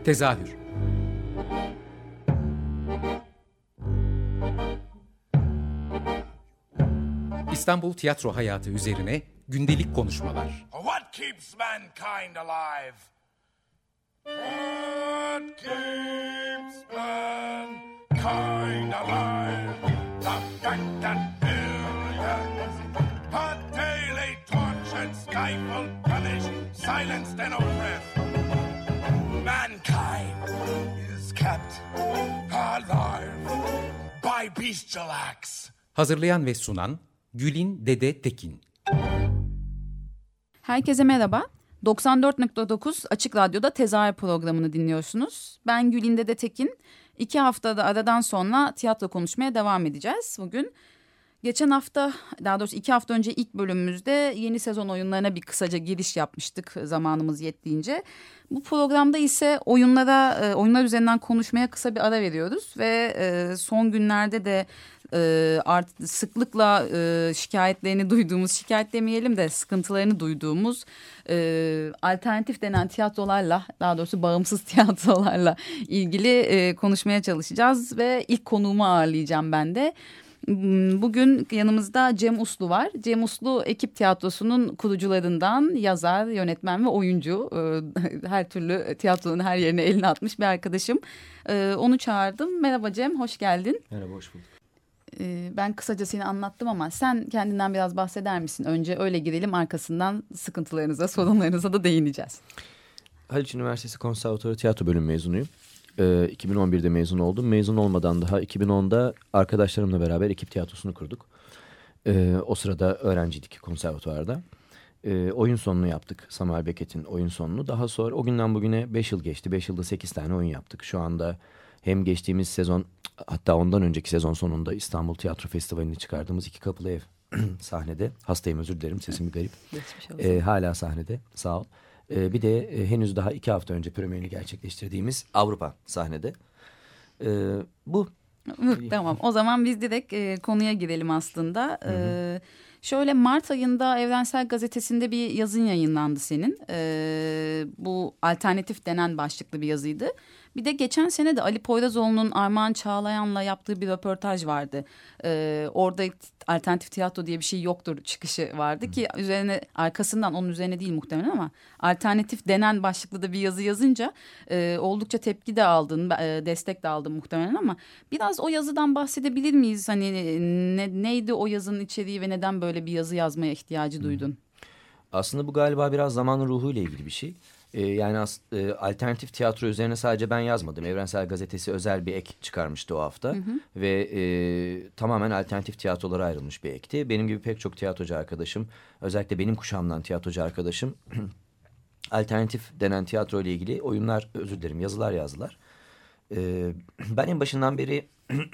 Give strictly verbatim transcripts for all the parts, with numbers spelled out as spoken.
Tezahür. İstanbul tiyatro hayatı üzerine gündelik konuşmalar. What keeps mankind alive? What keeps mankind alive? The fact that billions are daily tortured, stifled, punished, silenced and oppressed. Mankind is kept alive by bestial acts. Hazırlayan ve sunan Gülin Dede Tekin. Herkese merhaba. doksan dört nokta dokuz Açık Radyo'da Tezahür programını dinliyorsunuz. Ben Gülin Dede Tekin. İki haftada aradan sonra tiyatro konuşmaya devam edeceğiz bugün. Geçen hafta, daha doğrusu iki hafta önce ilk bölümümüzde yeni sezon oyunlarına bir kısaca giriş yapmıştık zamanımız yettiğince. Bu programda ise oyunlara, oyunlar üzerinden konuşmaya kısa bir ara veriyoruz ve son günlerde de artık sıklıkla şikayetlerini duyduğumuz, şikayet demeyelim de sıkıntılarını duyduğumuz alternatif denen tiyatrolarla, daha doğrusu bağımsız tiyatrolarla ilgili konuşmaya çalışacağız ve ilk konuğumu ağırlayacağım ben de. Bugün yanımızda Cem Uslu var. Cem Uslu Ekip Tiyatrosu'nun kurucularından, yazar, yönetmen ve oyuncu. Her türlü tiyatronun her yerine elini atmış bir arkadaşım. Onu çağırdım. Merhaba Cem, hoş geldin. Merhaba, hoş bulduk. Ben kısaca seni anlattım ama sen kendinden biraz bahseder misin? Önce öyle girelim, arkasından sıkıntılarınıza, sorunlarınıza da değineceğiz. Haliç Üniversitesi Konservatuarı Tiyatro Bölümü mezunuyum. Ee, iki bin on birde mezun oldum. Mezun olmadan daha iki bin onda arkadaşlarımla beraber ekip tiyatrosunu kurduk. Ee, o sırada öğrenciydik konservatuarda. Ee, oyun sonunu yaptık. Samuel Beckett'in oyun sonunu. Daha sonra o günden bugüne beş yıl geçti. beş yılda sekiz tane oyun yaptık. Şu anda hem geçtiğimiz sezon, hatta ondan önceki sezon sonunda İstanbul Tiyatro Festivali'ni çıkardığımız İki Kapılı Ev sahnede. Hastayım, özür dilerim, sesim bir garip. Ee, hala sahnede, sağ ol. Ee, bir de e, henüz daha iki hafta önce premierini gerçekleştirdiğimiz Avrupa sahnede. Ee, bu. Tamam, o zaman biz direkt e, konuya girelim aslında. Hı hı. Ee, şöyle Mart ayında Evrensel Gazetesi'nde bir yazın yayınlandı senin. Ee, bu alternatif denen başlıklı bir yazıydı. Bir de geçen sene de Ali Poyrazoğlu'nun Armağan Çağlayan'la yaptığı bir röportaj vardı. Ee, orada alternatif tiyatro diye bir şey yoktur çıkışı vardı ki üzerine, arkasından onun üzerine değil muhtemelen ama alternatif denen başlıklı da bir yazı yazınca e, oldukça tepki de aldın, e, destek de aldın muhtemelen ama biraz o yazıdan bahsedebilir miyiz? Hani ne, neydi o yazının içeriği ve neden böyle bir yazı yazmaya ihtiyacı duydun? Aslında bu galiba biraz zamanın ruhuyla ilgili bir şey. Yani as, e, alternatif tiyatro üzerine sadece ben yazmadım. Evrensel Gazetesi özel bir ek çıkarmıştı o hafta. Hı hı. Ve e, tamamen alternatif tiyatrolara ayrılmış bir ekti. Benim gibi pek çok tiyatrocu arkadaşım, özellikle benim kuşağımdan tiyatrocu arkadaşım alternatif denen tiyatro ile ilgili oyunlar, özür dilerim, yazılar yazdılar. E, ben en başından beri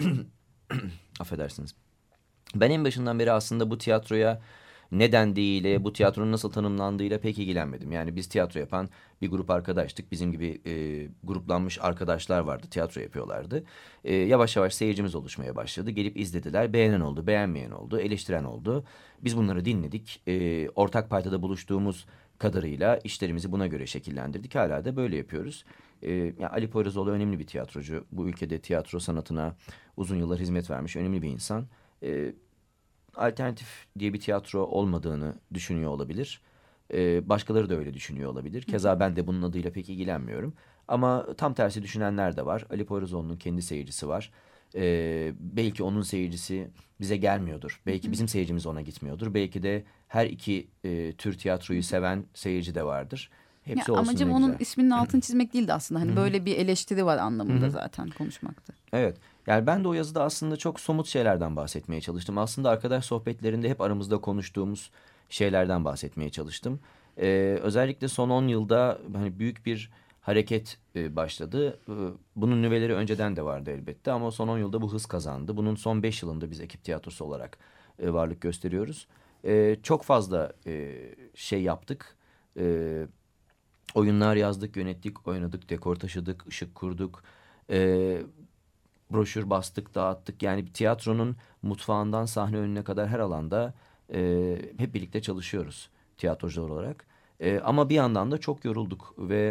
affedersiniz. Ben en başından beri aslında bu tiyatroya ne dendiğiyle, bu tiyatronun nasıl tanımlandığıyla pek ilgilenmedim. Yani biz tiyatro yapan bir grup arkadaştık. Bizim gibi e, gruplanmış arkadaşlar vardı, tiyatro yapıyorlardı. E, yavaş yavaş seyircimiz oluşmaya başladı. Gelip izlediler, beğenen oldu, beğenmeyen oldu, eleştiren oldu. Biz bunları dinledik. E, ortak paydada buluştuğumuz kadarıyla işlerimizi buna göre şekillendirdik. Hala da böyle yapıyoruz. E, yani Ali Poyrazoğlu önemli bir tiyatrocu. Bu ülkede tiyatro sanatına uzun yıllar hizmet vermiş önemli bir insan. Evet. Alternatif diye bir tiyatro olmadığını düşünüyor olabilir. Ee, başkaları da öyle düşünüyor olabilir. Keza ben de bunun adıyla pek ilgilenmiyorum. Ama tam tersi düşünenler de var. Ali Poyrazoğlu'nun kendi seyircisi var. Ee, belki onun seyircisi bize gelmiyordur. Belki bizim seyircimiz ona gitmiyordur. Belki de her iki e, tür tiyatroyu seven seyirci de vardır. Hepsi ya, olsun, amacım onun isminin altını çizmek değildi aslında. Hani Hı-hı. böyle bir eleştiri var anlamında Hı-hı. zaten konuşmaktı. Evet. Yani ben de o yazıda aslında çok somut şeylerden bahsetmeye çalıştım. Aslında arkadaş sohbetlerinde hep aramızda konuştuğumuz şeylerden bahsetmeye çalıştım. Ee, özellikle son on yılda hani büyük bir hareket e, başladı. Ee, bunun nüveleri önceden de vardı elbette ama son on yılda bu hız kazandı. Bunun son beş yılında biz ekip tiyatrosu olarak e, varlık gösteriyoruz. E, çok fazla e, şey yaptık. E, oyunlar yazdık, yönettik, oynadık, dekor taşıdık, ışık kurduk. E, broşür bastık, dağıttık. Yani tiyatronun mutfağından sahne önüne kadar her alanda e, hep birlikte çalışıyoruz tiyatrocular olarak. E, ama bir yandan da çok yorulduk ve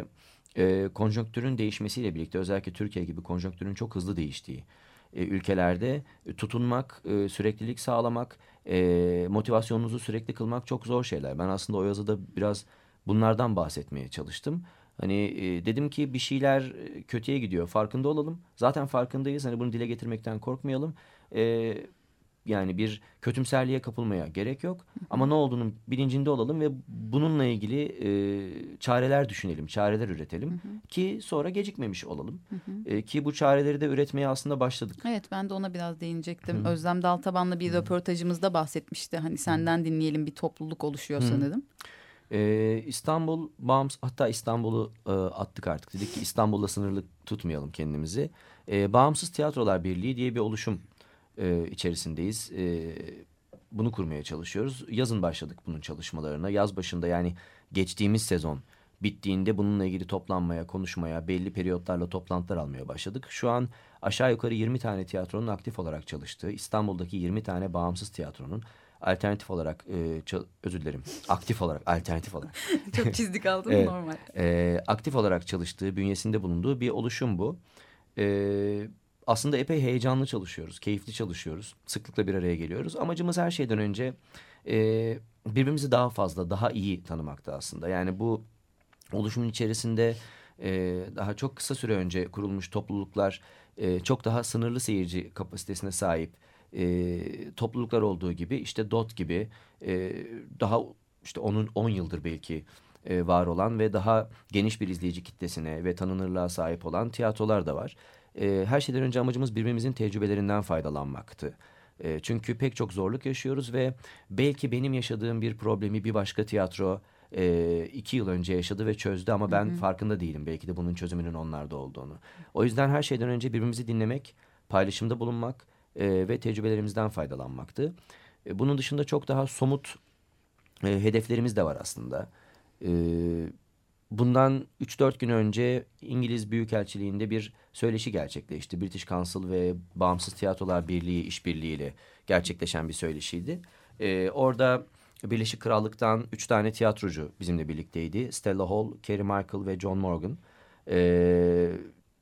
e, konjonktürün değişmesiyle birlikte özellikle Türkiye gibi konjonktürün çok hızlı değiştiği e, ülkelerde tutunmak, e, süreklilik sağlamak, e, motivasyonunuzu sürekli kılmak çok zor şeyler. Ben aslında o yazıda biraz bunlardan bahsetmeye çalıştım. Hani e, dedim ki bir şeyler kötüye gidiyor, farkında olalım. Zaten farkındayız, hani bunu dile getirmekten korkmayalım. E, Yani bir kötümserliğe kapılmaya gerek yok. Ama ne olduğunun bilincinde olalım ve bununla ilgili e, çareler düşünelim, çareler üretelim. Hı hı. Ki sonra gecikmemiş olalım. Hı hı. E, ki bu çareleri de üretmeye aslında başladık. Evet, ben de ona biraz değinecektim. Hı. Özlem Daltaban'la bir röportajımızda bahsetmişti. Hani senden dinleyelim, bir topluluk oluşuyor Hı. sanırım. Ee, İstanbul bağımsız, hatta İstanbul'u e, attık artık. Dedik ki İstanbul'la sınırlı tutmayalım kendimizi. E, Bağımsız Tiyatrolar Birliği diye bir oluşum e, içerisindeyiz. E, bunu kurmaya çalışıyoruz. Yazın başladık bunun çalışmalarına. Yaz başında, yani geçtiğimiz sezon bittiğinde bununla ilgili toplanmaya, konuşmaya, belli periyotlarla toplantılar almaya başladık. Şu an aşağı yukarı yirmi tane tiyatronun aktif olarak çalıştığı, İstanbul'daki yirmi tane bağımsız tiyatronun alternatif olarak, e, özür dilerim, aktif olarak, alternatif olarak. Çok çizdik aldım evet, normal. E, aktif olarak çalıştığı, bünyesinde bulunduğu bir oluşum bu. E, aslında epey heyecanlı çalışıyoruz, keyifli çalışıyoruz. Sıklıkla bir araya geliyoruz. Amacımız her şeyden önce e, birbirimizi daha fazla, daha iyi tanımakta aslında. Yani bu oluşumun içerisinde e, daha çok kısa süre önce kurulmuş topluluklar, e, çok daha sınırlı seyirci kapasitesine sahip e, topluluklar olduğu gibi, işte D O T gibi e, daha işte onun on yıldır belki e, var olan ve daha geniş bir izleyici kitlesine ve tanınırlığa sahip olan tiyatrolar da var. E, her şeyden önce amacımız birbirimizin tecrübelerinden faydalanmaktı. E, çünkü pek çok zorluk yaşıyoruz ve belki benim yaşadığım bir problemi bir başka tiyatro e, iki yıl önce yaşadı ve çözdü ama ben hı hı. farkında değilim belki de bunun çözümünün onlarda olduğunu. O yüzden her şeyden önce birbirimizi dinlemek, paylaşımda bulunmak e, ve tecrübelerimizden faydalanmaktı. E, bunun dışında çok daha somut e, hedeflerimiz de var aslında. E, bundan üç dört gün önce İngiliz Büyükelçiliğinde bir söyleşi gerçekleşti. British Council ve Bağımsız Tiyatrolar Birliği işbirliğiyle gerçekleşen bir söyleşiydi. E, orada Birleşik Krallık'tan üç tane tiyatrocu bizimle birlikteydi. Stella Hall, Kerry Michael ve John Morgan. Ee,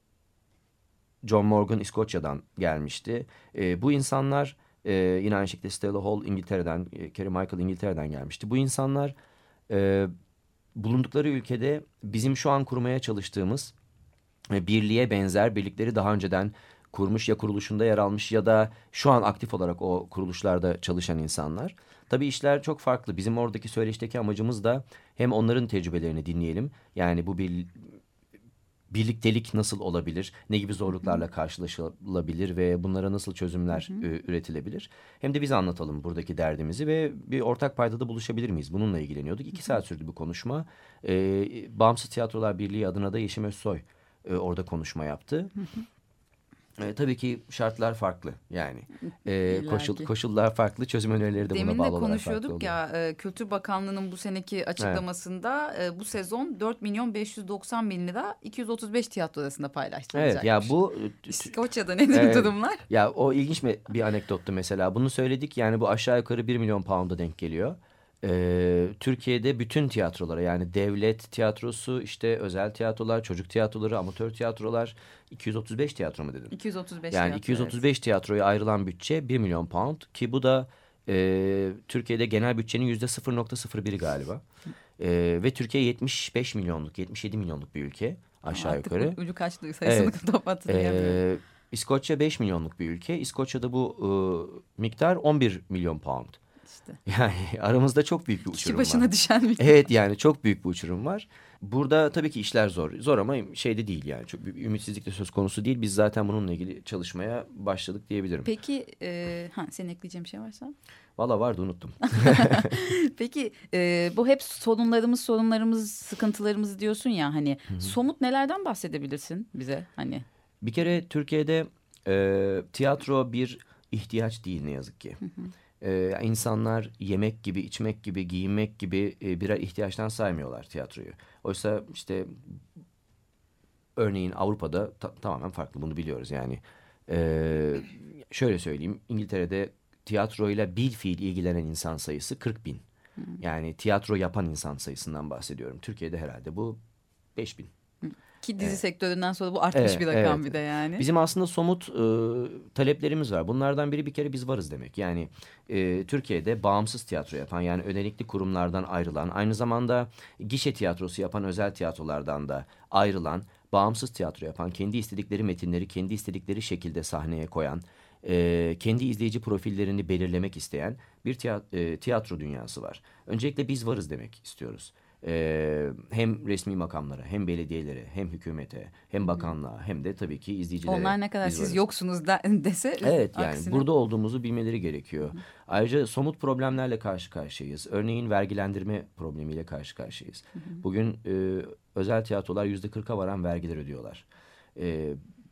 John Morgan İskoçya'dan gelmişti. Ee, bu insanlar e, yine aynı şekilde Stella Hall İngiltere'den, e, Kerry Michael İngiltere'den gelmişti. Bu insanlar e, bulundukları ülkede bizim şu an kurmaya çalıştığımız e, birliğe benzer birlikleri daha önceden kurmuş, ya kuruluşunda yer almış ya da şu an aktif olarak o kuruluşlarda çalışan insanlar. Tabii işler çok farklı. Bizim oradaki söyleşteki amacımız da hem onların tecrübelerini dinleyelim. Yani bu bir birliktelik nasıl olabilir, ne gibi zorluklarla karşılaşılabilir ve bunlara nasıl çözümler hı hı. üretilebilir. Hem de biz anlatalım buradaki derdimizi ve bir ortak paydada buluşabilir miyiz? Bununla ilgileniyorduk. İki saat sürdü bu konuşma. Ee, Bağımsız Tiyatrolar Birliği adına da Yeşim Özsoy e, orada konuşma yaptı. Hı hı. E, tabii ki şartlar farklı, yani e, koşul, koşullar farklı, çözüm önerileri de Demin buna bağlı olarak farklı. Demin de konuşuyorduk ya, e, Kültür Bakanlığı'nın bu seneki açıklamasında evet. e, bu sezon dört milyon beş yüz doksan bin lira iki yüz otuz beş tiyatro arasında paylaştırılacakmış. Evet, ya bu İskoçya'da nedir e, durumlar? Ya o ilginç bir anekdottu mesela. Bunu söyledik, yani bu aşağı yukarı bir milyon pound'a denk geliyor. Ee, Türkiye'de bütün tiyatrolara, yani devlet tiyatrosu, işte özel tiyatrolar, çocuk tiyatroları, amatör tiyatrolar, iki yüz otuz beş tiyatro mu dedin? iki yüz otuz beş yani tiyatro, iki yüz otuz beş evet. tiyatroya ayrılan bütçe bir milyon pound ki bu da e, Türkiye'de genel bütçenin yüzde sıfır nokta sıfır biri galiba. E, ve Türkiye yetmiş beş milyonluk, yetmiş yedi milyonluk bir ülke aşağı Artık yukarı. Artık ucu kaçtı sayısını evet. toplatılıyor. E, İskoçya beş milyonluk bir ülke. İskoçya'da bu e, miktar on bir milyon pound. İşte. Yani aramızda çok büyük bir uçurum var. Kişi başına düşen bir Evet, yani çok büyük bir uçurum var. Burada tabii ki işler zor. Zor ama şey de değil yani. Çok bir ümitsizlik de söz konusu değil. Biz zaten bununla ilgili çalışmaya başladık diyebilirim. Peki e, ha, senin ekleyeceğin bir şey varsa? Valla vardı, unuttum. Peki e, bu hep sorunlarımız sorunlarımız sıkıntılarımız diyorsun ya, hani Hı-hı. somut nelerden bahsedebilirsin bize hani? Bir kere Türkiye'de e, tiyatro bir ihtiyaç değil ne yazık ki. Hı-hı. Ee, insanlar yemek gibi, içmek gibi, giyinmek gibi e, birer ihtiyaçtan saymıyorlar tiyatroyu. Oysa işte örneğin Avrupa'da ta- tamamen farklı, bunu biliyoruz yani. Ee, şöyle söyleyeyim, İngiltere'de tiyatroyla bil fiil ilgilenen insan sayısı kırk bin. Hmm. Yani tiyatro yapan insan sayısından bahsediyorum. Türkiye'de herhalde bu beş bin. Ki dizi evet. sektöründen sonra bu artmış evet, bir rakam evet. bir de yani. Bizim aslında somut e, taleplerimiz var. Bunlardan biri bir kere biz varız demek. Yani e, Türkiye'de bağımsız tiyatro yapan, yani ödenekli kurumlardan ayrılan, aynı zamanda gişe tiyatrosu yapan özel tiyatrolardan da ayrılan, bağımsız tiyatro yapan, kendi istedikleri metinleri kendi istedikleri şekilde sahneye koyan, e, kendi izleyici profillerini belirlemek isteyen bir tiyatro, e, tiyatro dünyası var. Öncelikle biz varız demek istiyoruz. Ee, hem resmi makamlara, hem belediyelere, hem hükümete, hem bakanlığa, hem de tabii ki izleyicilere. Onlar ne kadar siz varız. Yoksunuz da, dese. Evet, yani aksine. Burada olduğumuzu bilmeleri gerekiyor. Hı. Ayrıca somut problemlerle karşı karşıyayız. Örneğin vergilendirme problemiyle karşı karşıyayız. Hı hı. Bugün e, özel tiyatrolar yüzde kırka varan vergiler ödüyorlar. E,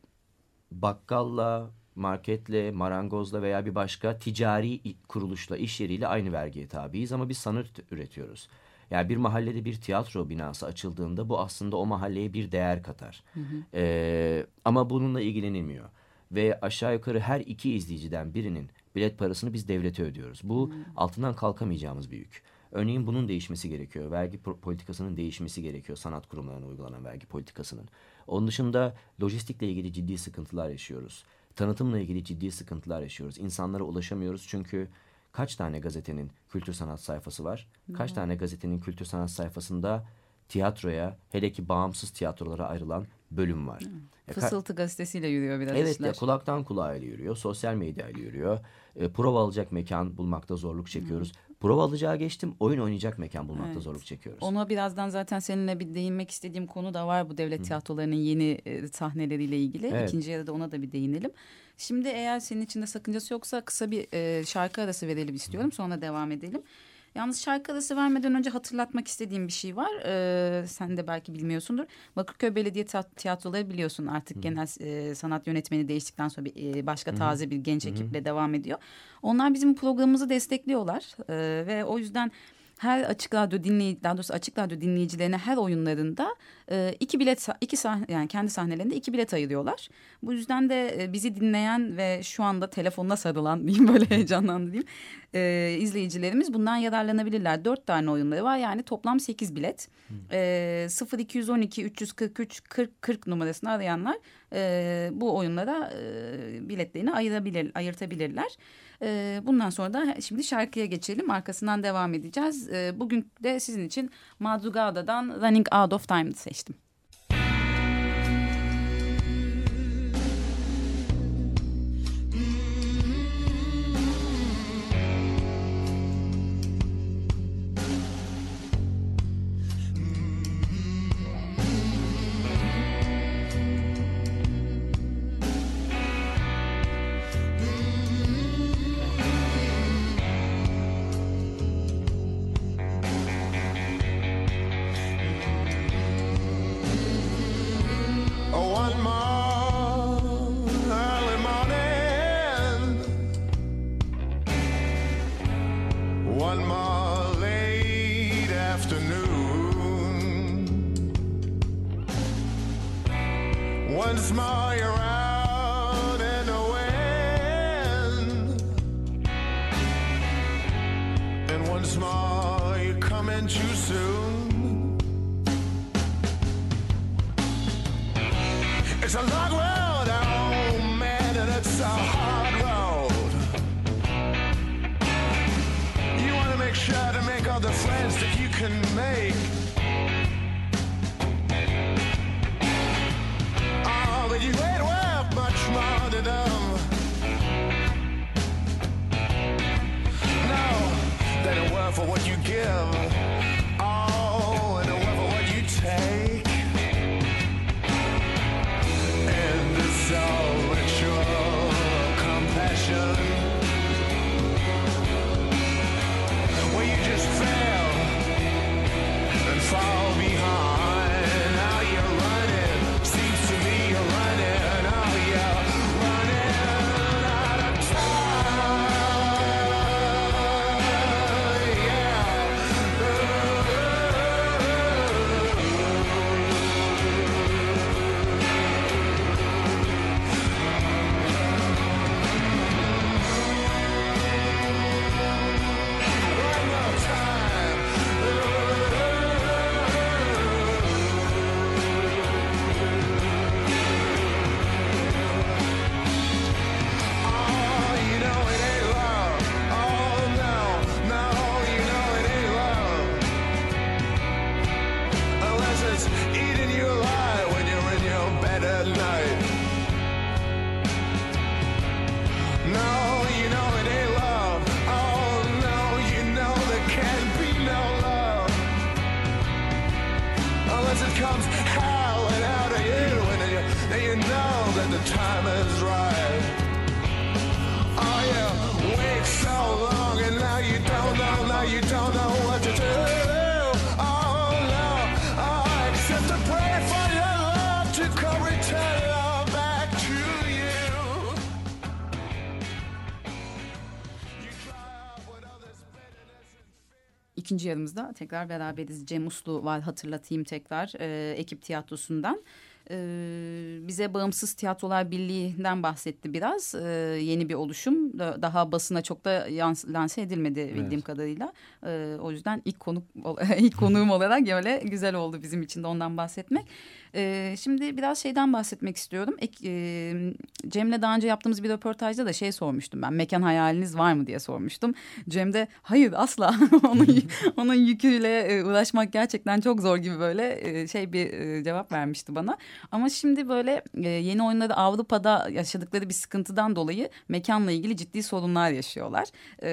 bakkalla, marketle, marangozla veya bir başka ticari kuruluşla, iş yeriyle aynı vergiye tabiiz ama biz sanat üretiyoruz. Yani bir mahallede bir tiyatro binası açıldığında bu aslında o mahalleye bir değer katar. Hı hı. Ee, ama bununla ilgilenilmiyor. Ve aşağı yukarı her iki izleyiciden birinin bilet parasını biz devlete ödüyoruz. Bu hı. altından kalkamayacağımız bir yük. Örneğin bunun değişmesi gerekiyor. Vergi politikasının değişmesi gerekiyor. Sanat kurumlarına uygulanan vergi politikasının. Onun dışında lojistikle ilgili ciddi sıkıntılar yaşıyoruz. Tanıtımla ilgili ciddi sıkıntılar yaşıyoruz. İnsanlara ulaşamıyoruz çünkü... Kaç tane gazetenin kültür sanat sayfası var? Kaç hmm. tane gazetenin kültür sanat sayfasında tiyatroya, hele ki bağımsız tiyatrolara ayrılan bölüm var? Hmm. Fısıltı gazetesiyle yürüyor biraz evet, işler. Evet, kulaktan kulağa ile yürüyor, sosyal medya ile yürüyor. E, prova alacak mekan bulmakta zorluk çekiyoruz. Hmm. Prova alacağı geçtim, oyun oynayacak mekan bulmakta evet. zorluk çekiyoruz. Ona birazdan zaten seninle bir değinmek istediğim konu da var, bu devlet hmm. tiyatrolarının yeni e, sahneleriyle ilgili. Evet. İkinci yarıda ona da bir değinelim. Şimdi eğer senin için de sakıncası yoksa kısa bir e, şarkı arası verelim istiyorum. Sonra devam edelim. Yalnız şarkı arası vermeden önce hatırlatmak istediğim bir şey var. Ee, sen de belki bilmiyorsundur. Bakırköy Belediye Tiyatroları biliyorsun artık Hı. genel e, sanat yönetmeni değiştikten sonra bir, e, başka taze bir genç Hı. ekiple devam ediyor. Onlar bizim programımızı destekliyorlar ee, ve o yüzden her Açık Radyo dinleyici, daha doğrusu Açık Radyo dinleyicilerine her oyunlarında e, iki bilet, iki sahne, yani kendi sahnelerinde iki bilet ayırıyorlar. Bu yüzden de e, bizi dinleyen ve şu anda telefonuna sarılan diyeyim, böyle heyecanlandı diyeyim, e, izleyicilerimiz bundan yararlanabilirler. Dört tane oyunları var, yani toplam sekiz bilet. E, sıfır iki on iki üç yüz kırk üç kırk kırk numarasını arayanlar e, bu oyunlara e, biletlerini ayırabilir, ayırtabilirler. Bundan sonra da şimdi şarkıya geçelim. Arkasından devam edeceğiz. Bugün de sizin için Madrugada'dan Running Out of Time seçtim. Once more you're out in the wind, and once more you're coming too soon. It's a long road, oh man, and it's a hard road. You want to make sure to make all the friends that you can make. But you ain't worth much more to them. No, they don't work for what you give. Oh, and they work for what you take. And this all ritual compassion, where you just fail as it comes howling out of you, and you, and you know that the time is right. Oh, you wait so long, and now you don't know, now you don't know what to do. Oh no, oh, except to pray for your love to come return love back to you. You cry out with all this bitterness and fear. İkinci yarımızda tekrar beraberiz. Cem Uslu var, hatırlatayım tekrar, e, ekip tiyatrosundan. E, bize Bağımsız Tiyatrolar Birliği'nden bahsetti biraz. E, yeni bir oluşum. Daha basına çok da yans- lanse edilmedi bildiğim Evet. kadarıyla. E, o yüzden ilk konuk ilk konuğum olarak böyle güzel oldu bizim için de ondan bahsetmek. E, şimdi biraz şeyden bahsetmek istiyorum. Ek, e, Cem'le daha önce yaptığımız bir röportajda da şey sormuştum ben. Mekan hayaliniz var mı diye sormuştum. Cem de hayır asla. onun, onun yüküyle e, uğraşmak gerçekten çok zor gibi böyle e, şey bir e, cevap vermişti bana. Ama şimdi böyle e, yeni oyunları Avrupa'da yaşadıkları bir sıkıntıdan dolayı mekanla ilgili ciddi sorunlar yaşıyorlar.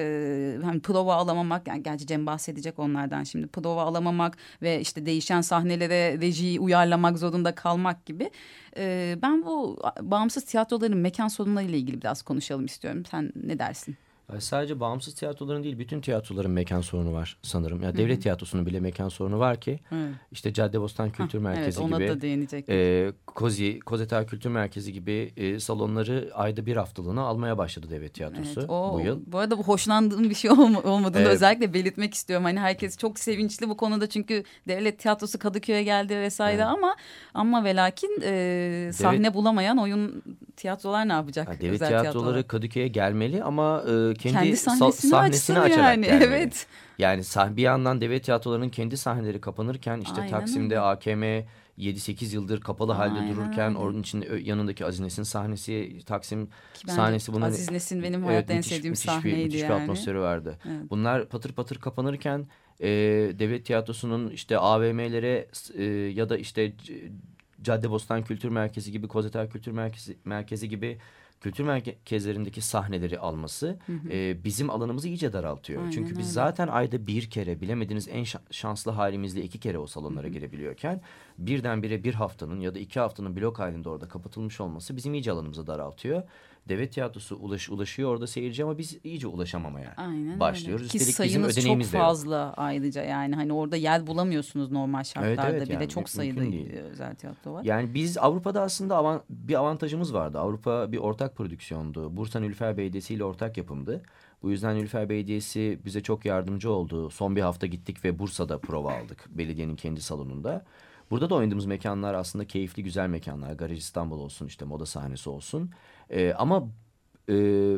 E, hani prova alamamak, yani gerçi Cem bahsedecek onlardan şimdi. Prova alamamak ve işte değişen sahnelere rejiyi uyarlamak zorunda kalmak gibi. E, ben bu bağımsız tiyatroların mekan sorunlarıyla ilgili biraz konuşalım istiyorum. Sen ne dersin? Yani sadece bağımsız tiyatroların değil, bütün tiyatroların mekan sorunu var sanırım. Ya devlet tiyatrosunun bile mekan sorunu var ki. Hı. İşte Caddebostan Kültür Hah, Merkezi evet, ona gibi, da değinecektim. e, Kozi, Kozeta Kültür Merkezi gibi e, salonları ayda bir haftalığına almaya başladı devlet tiyatrosu Evet, o, bu yıl. Bu arada bu hoşlandığım bir şey olma, olmadığını Evet. özellikle belirtmek istiyorum. Hani herkes çok sevinçli bu konuda çünkü devlet tiyatrosu Kadıköy'e geldi vesaire Evet. ama ama ve lakin e, sahne bulamayan oyun tiyatrolar ne yapacak? Ha, devlet Özel tiyatroları tiyatrolar. Kadıköy'e gelmeli ama e, kendi, Kendi sa- sahnesini, sahnesini açsın açarak yani. gelmeli. Evet. Yani sah- bir yandan devlet tiyatrolarının kendi sahneleri kapanırken işte Aynen Taksim'de öyle. A K M yedi sekiz yıldır kapalı halde Aynen dururken öyle. onun için ö- yanındaki Aziz Nesin sahnesi, Taksim Ki bence sahnesi bunun Aziz Nesin benim evet, hayatta en müthiş- sevdiğim müthiş bir, sahneydi müthiş yani. bir atmosferi vardı. Evet. Bunlar patır patır kapanırken e, devlet tiyatrosunun işte A V M'lere e, ya da işte C- Caddebostan Kültür Merkezi gibi, Kozeta Kültür Merkezi, Merkezi gibi kültür merkezlerindeki sahneleri alması e, bizim alanımızı iyice daraltıyor. Aynen Çünkü biz öyle. zaten ayda bir kere, bilemediniz en şa- şanslı halimizle iki kere o salonlara girebiliyorken birdenbire bir haftanın ya da iki haftanın blok halinde orada kapatılmış olması bizim iyice alanımızı daraltıyor. Devlet tiyatrosu ulaş, ulaşıyor orada seyirci ama biz iyice ulaşamamaya Aynen başlıyoruz. öyle. Ki Üstelik bizim sayınız ödeneğimiz çok de yok. fazla ayrıca yani hani orada yer bulamıyorsunuz normal şartlarda evet, bir yani de çok mü- sayıda mümkün değil. özel tiyatro var. Yani biz Avrupa'da aslında avan, bir avantajımız vardı. Avrupa bir ortak prodüksiyondu. Bursa Nilüfer Belediyesi ile ortak yapımdı. Bu yüzden Nilüfer Belediyesi bize çok yardımcı oldu. Son bir hafta gittik ve Bursa'da prova aldık. Belediyenin kendi salonunda. Burada da oynadığımız mekanlar aslında keyifli, güzel mekanlar. Garaj İstanbul olsun, işte moda sahnesi olsun. Ee, ama e,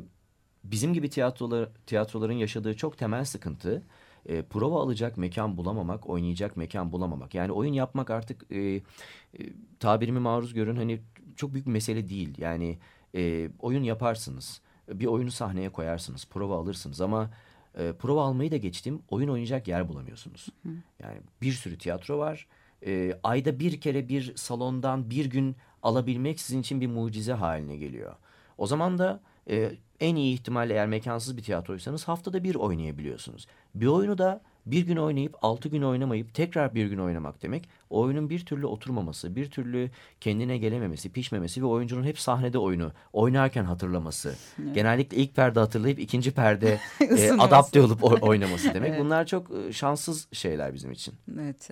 bizim gibi tiyatrolar, tiyatroların yaşadığı çok temel sıkıntı e, prova alacak mekan bulamamak, oynayacak mekan bulamamak. Yani oyun yapmak artık e, e, tabirimi maruz görün, hani çok büyük bir mesele değil. Yani e, oyun yaparsınız, bir oyunu sahneye koyarsınız, prova alırsınız ama e, prova almayı da geçtim, oyun oynayacak yer bulamıyorsunuz. Yani bir sürü tiyatro var. E, ayda bir kere bir salondan bir gün alabilmek sizin için bir mucize haline geliyor. O zaman da e, en iyi ihtimalle eğer mekansız bir tiyatroysanız haftada bir oynayabiliyorsunuz. Bir oyunu da bir gün oynayıp altı gün oynamayıp tekrar bir gün oynamak demek. O oyunun bir türlü oturmaması, bir türlü kendine gelememesi, pişmemesi ve oyuncunun hep sahnede oyunu oynarken hatırlaması. Genellikle ilk perde hatırlayıp ikinci perde e, Isınması. adapte olup o- oynaması demek. Evet. Bunlar çok e, şanssız şeyler bizim için. Evet,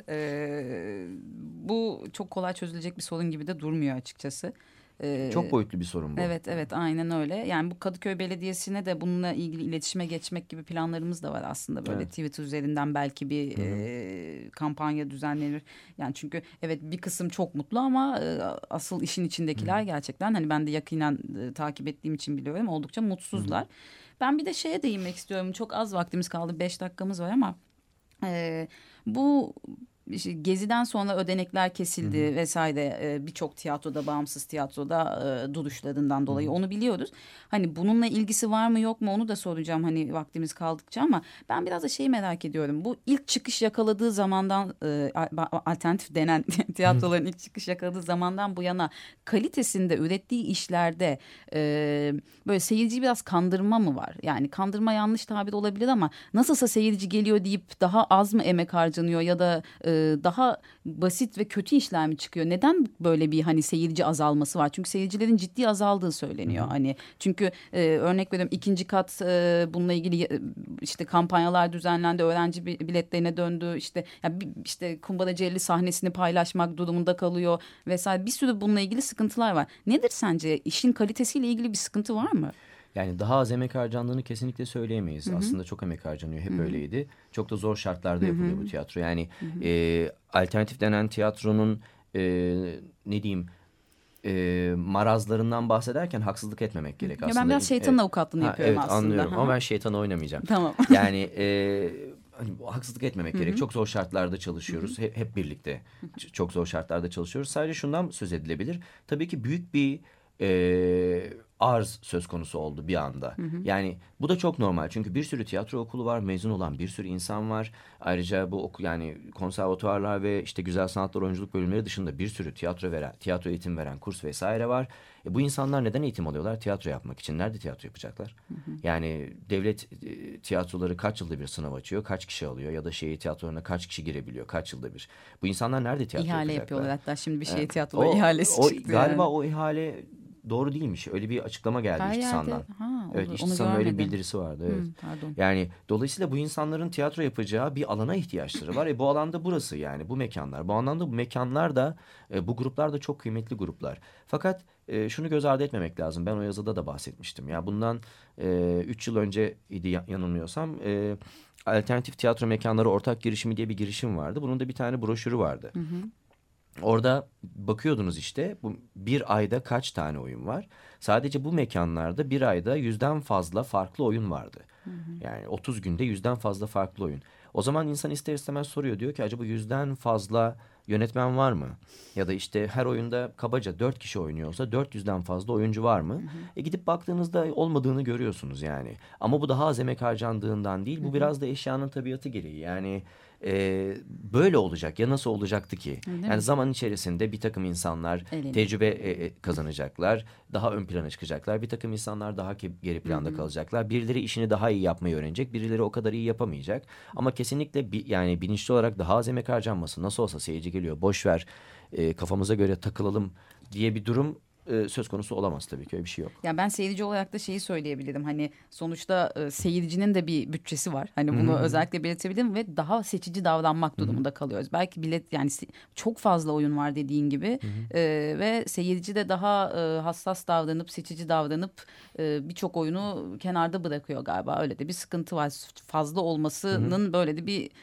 e, bu çok kolay çözülecek bir sorun gibi de durmuyor açıkçası. E, Çok boyutlu bir sorun bu. Evet, evet, aynen öyle. Yani bu Kadıköy Belediyesi'ne de bununla ilgili iletişime geçmek gibi planlarımız da var aslında. Böyle Evet. Twitter üzerinden belki bir e, kampanya düzenlenir. Yani çünkü evet bir kısım çok mutlu ama e, asıl işin içindekiler gerçekten hani ben de yakinen e, takip ettiğim için biliyorum oldukça mutsuzlar. Ben bir de şeye değinmek istiyorum. Çok az vaktimiz kaldı. Beş dakikamız var ama e, bu işte Gezi'den sonra ödenekler kesildi Hı hı. vesaire e, birçok tiyatroda bağımsız tiyatroda e, duruşlarından dolayı onu biliyoruz. Hani bununla ilgisi var mı yok mu onu da soracağım hani vaktimiz kaldıkça ama ben biraz da şeyi merak ediyorum. Bu ilk çıkış yakaladığı zamandan e, a- alternatif denen tiyatroların ilk çıkış yakaladığı zamandan bu yana kalitesinde ürettiği işlerde e, böyle seyirciyi biraz kandırma mı var? Yani kandırma yanlış tabir olabilir ama nasılsa seyirci geliyor deyip daha az mı emek harcanıyor ya da e, daha basit ve kötü işler mi çıkıyor? Neden böyle bir hani seyirci azalması var? Çünkü seyircilerin ciddi azaldığı söyleniyor. Hı. Hani çünkü e, örnek veriyorum ikinci kat e, bununla ilgili e, işte kampanyalar düzenlendi, öğrenci biletlerine döndü, işte yani işte Kumbaracıeli sahnesini paylaşmak durumunda kalıyor vesaire, bir sürü bununla ilgili sıkıntılar var. Nedir sence? İşin kalitesiyle ilgili bir sıkıntı var mı? Yani daha az emek harcandığını kesinlikle söyleyemeyiz. Hı-hı. Aslında çok emek harcanıyor. Hep Hı-hı. öyleydi. Çok da zor şartlarda yapılıyor Hı-hı. bu tiyatro. Yani e, alternatif denen tiyatronun e, ne diyeyim e, marazlarından bahsederken haksızlık etmemek gerek aslında. Ya ben biraz şeytanın evet. avukatlığını ha, yapıyorum evet, aslında. Evet anlıyorum Hı-hı. ama ben şeytanı oynamayacağım. Tamam. Yani e, hani haksızlık etmemek Hı-hı. gerek. Çok zor şartlarda çalışıyoruz. Hep, hep birlikte Hı-hı. çok zor şartlarda çalışıyoruz. Sadece şundan söz edilebilir. Tabii ki büyük bir e, arz söz konusu oldu bir anda. Hı hı. Yani bu da çok normal. Çünkü bir sürü tiyatro okulu var. Mezun olan bir sürü insan var. Ayrıca bu okul yani konservatuvarlar ve işte güzel sanatlar oyunculuk bölümleri dışında bir sürü tiyatro veren, tiyatro eğitim veren kurs vesaire var. E bu insanlar neden eğitim alıyorlar? Tiyatro yapmak için. Nerede tiyatro yapacaklar? Hı hı. Yani devlet e, tiyatroları kaç yılda bir sınav açıyor? Kaç kişi alıyor? Ya da şehir tiyatrolarına kaç kişi girebiliyor? Kaç yılda bir? Bu insanlar nerede tiyatro İhale yapacaklar? yapıyorlar hatta şimdi bir şehir evet. tiyatroları o, ihalesi o, çıktı. Galiba yani. o ihale doğru değilmiş. Öyle bir açıklama geldi Her İhtisan'dan. Ha, evet, İhtisan'ın öyle bir bildirisi vardı. Evet. Hmm, pardon. Yani dolayısıyla bu insanların tiyatro yapacağı bir alana ihtiyaçları var. e bu alanda burası yani bu mekanlar. Bu anlamda bu mekanlar da e, bu gruplar da çok kıymetli gruplar. Fakat e, şunu göz ardı etmemek lazım. Ben o yazıda da bahsetmiştim. Ya bundan e, üç yıl önce idi yanılmıyorsam e, alternatif tiyatro mekanları ortak girişimi diye bir girişim vardı. Bunun da bir tane broşürü vardı. Hı hı. Orada bakıyordunuz işte bu bir ayda kaç tane oyun var. Sadece bu mekanlarda bir ayda yüzden fazla farklı oyun vardı. Hı hı. Yani otuz günde yüzden fazla farklı oyun. O zaman insan ister istemez soruyor, diyor ki acaba yüzden fazla yönetmen var mı? Ya da işte her oyunda kabaca dört kişi oynuyorsa dört yüzden fazla oyuncu var mı? Hı hı. E gidip baktığınızda olmadığını görüyorsunuz yani. Ama bu daha az emek harcandığından değil. Bu hı hı. biraz da eşyanın tabiatı gereği. Yani e, böyle olacak ya nasıl olacaktı ki? Öyle yani mi? Zaman içerisinde bir takım insanlar Elini. tecrübe e, kazanacaklar. Daha ön plana çıkacaklar. Bir takım insanlar daha geri planda hı hı. kalacaklar. Birileri işini daha iyi yapmayı öğrenecek. Birileri o kadar iyi yapamayacak. Ama kesinlikle bi, yani bilinçli olarak daha az emek harcanması. Nasıl olsa seyirci geliyor. Boş ver e, kafamıza göre takılalım diye bir durum e, söz konusu olamaz tabii ki, öyle bir şey yok. Ya ben seyirci olarak da şeyi söyleyebilirim. Hani sonuçta e, seyircinin de bir bütçesi var. Hani bunu Hı-hı. özellikle belirtebilirim ve daha seçici davranmak durumunda Hı-hı. kalıyoruz. Belki bilet yani çok fazla oyun var dediğin gibi e, ve seyirci de daha e, hassas davranıp seçici davranıp e, birçok oyunu kenarda bırakıyor galiba. Öyle de bir sıkıntı var. Fazla olmasının Hı-hı. böyle de bir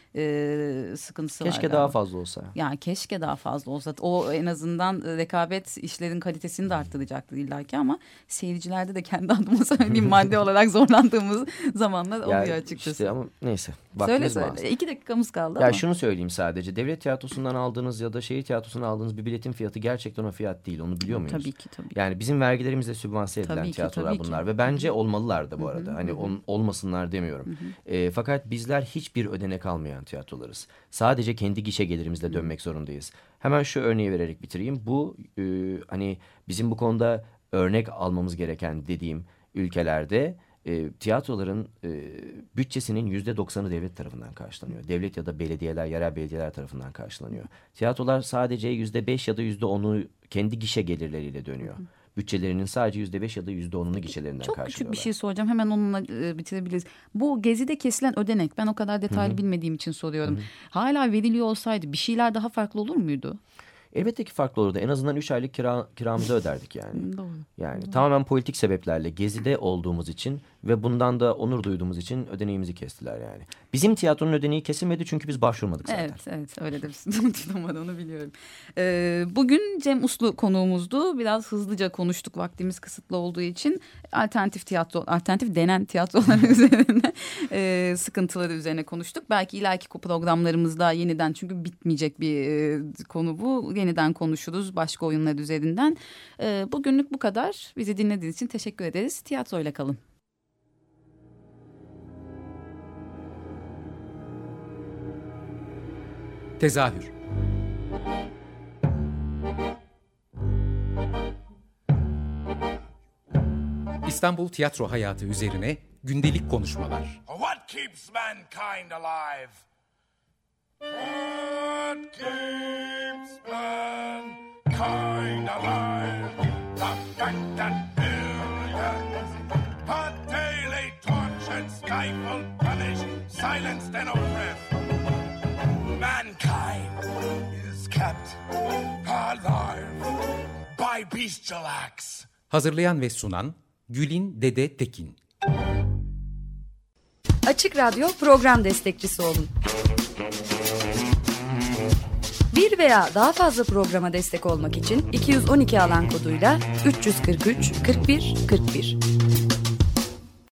e, sıkıntısı keşke var. Keşke daha fazla olsa. Yani keşke daha fazla olsa. O en azından rekabet işlerin kalitesini de arttıracaktır illaki ama seyircilerde de kendi adıma söyleyeyim maddi olarak zorlandığımız zamanlar oluyor yani açıkçası. İşte ama neyse. Söyle söyle. İki dakikamız kaldı ya ama. Şunu söyleyeyim sadece. Devlet tiyatrosundan aldığınız ya da şehir tiyatrosundan aldığınız bir biletin fiyatı gerçekten o fiyat değil. Onu biliyor muyuz? Tabii ki tabii. Yani bizim vergilerimizle sübvanse edilen tabii tiyatrolar ki, bunlar. ki. Ve bence olmalılar da bu arada. Hı hı, hani hı. On, olmasınlar demiyorum. Hı hı. E, fakat bizler hiçbir ödenek almayan tiyatrolarız. Sadece kendi gişe gelirimizle hı. dönmek zorundayız. Hemen şu örneği vererek bitireyim. Bu e, hani bizim bu konuda örnek almamız gereken dediğim ülkelerde e, tiyatroların e, bütçesinin yüzde doksanı devlet tarafından karşılanıyor. Devlet ya da belediyeler, yerel belediyeler tarafından karşılanıyor. Tiyatrolar sadece yüzde beş ya da yüzde onu kendi gişe gelirleriyle dönüyor. Hı. Bütçelerinin sadece yüzde beş ya da yüzde onunu gişelerinden Çok karşılıyorlar. Çok küçük bir şey soracağım. Hemen onunla e, bitirebiliriz. Bu Gezi'de kesilen ödenek, ben o kadar detaylı Hı-hı. bilmediğim için soruyorum. Hı-hı. Hala veriliyor olsaydı bir şeyler daha farklı olur muydu? Elbette ki farklı olurdu. En azından üç aylık kira, kiramızı öderdik yani. Doğru. Yani Doğru. tamamen politik sebeplerle Gezi'de olduğumuz için ve bundan da onur duyduğumuz için ödeneğimizi kestiler yani. Bizim tiyatronun ödeneği kesilmedi çünkü biz başvurmadık zaten. Evet, evet öyle de bir sıkıntı var, onu biliyorum. Ee, bugün Cem Uslu konuğumuzdu. Biraz hızlıca konuştuk vaktimiz kısıtlı olduğu için. Alternatif tiyatro, alternatif denen tiyatrolar üzerine e, sıkıntıları üzerine konuştuk. Belki ileriki programlarımızda yeniden, çünkü bitmeyecek bir e, konu bu. Yeniden konuşuruz başka oyunlar üzerinden. E, bugünlük bu kadar. Bizi dinlediğiniz için teşekkür ederiz. Tiyatroyla kalın. Tezahür. İstanbul tiyatro hayatı üzerine gündelik konuşmalar. What keeps mankind alive? that keeps mankind alive. The fact that billions are daily tortured, stifled, punished, silenced, and oppressed. Mankind is kept alive by bestial acts. Hazırlayan ve sunan Gülin Dede Tekin. Açık Radyo program destekçisi olun. Bir veya daha fazla programa destek olmak için iki yüz on iki alan koduyla üç yüz kırk üç kırk bir kırk bir.